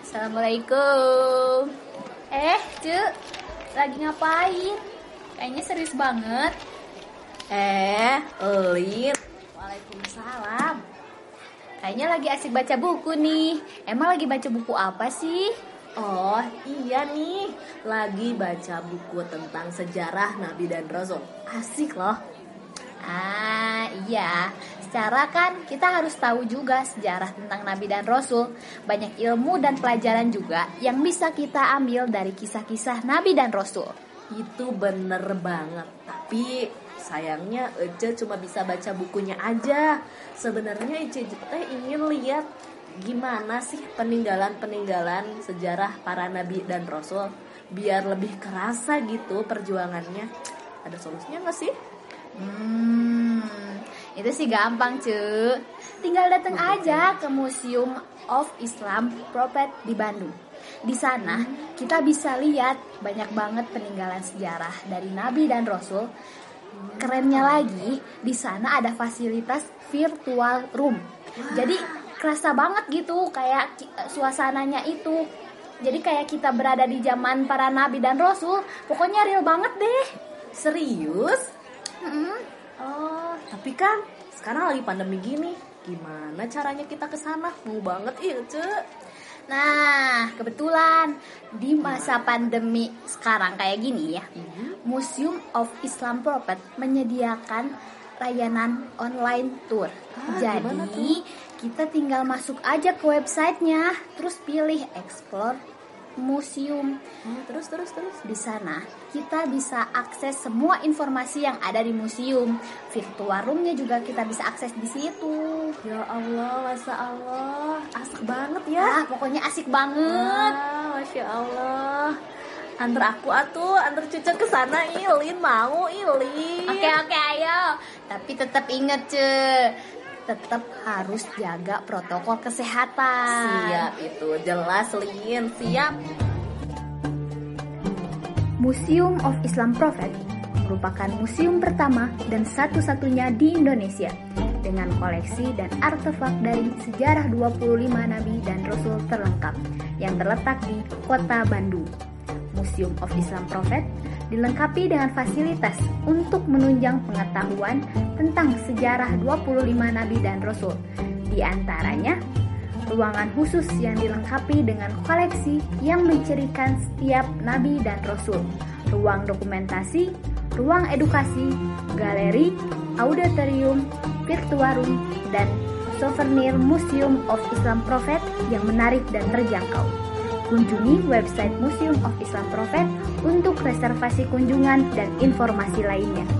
Assalamualaikum. Cuk, lagi ngapain? Kayaknya serius banget. Lin. Waalaikumsalam. Kayaknya lagi asik baca buku nih. Emang lagi baca buku apa sih? Oh iya nih, lagi baca buku tentang sejarah Nabi dan Rasul. Asik loh. Iya. Secara kan kita harus tahu juga sejarah tentang Nabi dan Rasul. Banyak ilmu dan pelajaran juga yang bisa kita ambil dari kisah-kisah Nabi dan Rasul. Itu bener banget. Tapi sayangnya Ece cuma bisa baca bukunya aja. Sebenarnya Ece ingin lihat gimana sih peninggalan-peninggalan sejarah para Nabi dan Rasul, biar lebih kerasa gitu perjuangannya. Ada solusinya gak sih? Itu sih gampang cuy. Tinggal datang aja ke Museum of Islam Prophet di Bandung. Di sana kita bisa lihat banyak banget peninggalan sejarah dari Nabi dan Rasul. Kerennya lagi, di sana ada fasilitas virtual room. Jadi kerasa banget gitu kayak suasananya itu. Jadi kayak kita berada di zaman para Nabi dan Rasul. Pokoknya real banget deh. Serius? Oh, tapi kan sekarang lagi pandemi gini. Gimana caranya kita ke sana? Mau banget Ilce. Nah, kebetulan di masa pandemi sekarang kayak gini ya, Museum of Islam Prophet menyediakan layanan online tour. Jadi kita tinggal masuk aja ke websitenya, terus pilih explore museum. Terus. Di sana kita bisa akses semua informasi yang ada di museum. Virtual roomnya juga kita bisa akses di situ. Ya Allah, Masya Allah, asik banget ya. Pokoknya asik banget. Masya Allah. Antar cucu ke sana, Ilin mau, Ilin. Oke, ayo. Tapi tetap inget tetap harus jaga protokol kesehatan. Siap, itu jelas, Lin. Siap. Museum of Islam Prophet merupakan museum pertama dan satu-satunya di Indonesia dengan koleksi dan artefak dari sejarah 25 Nabi dan Rasul terlengkap yang terletak di Kota Bandung. Museum of Islam Prophet dilengkapi dengan fasilitas untuk menunjang pengetahuan tentang sejarah 25 Nabi dan Rasul. Di antaranya, ruangan khusus yang dilengkapi dengan koleksi yang mencirikan setiap Nabi dan Rasul, ruang dokumentasi, ruang edukasi, galeri, auditorium, virtual room, dan souvenir Museum of Islam Prophet yang menarik dan terjangkau. Kunjungi website Museum of Islam Prophet untuk reservasi kunjungan dan informasi lainnya.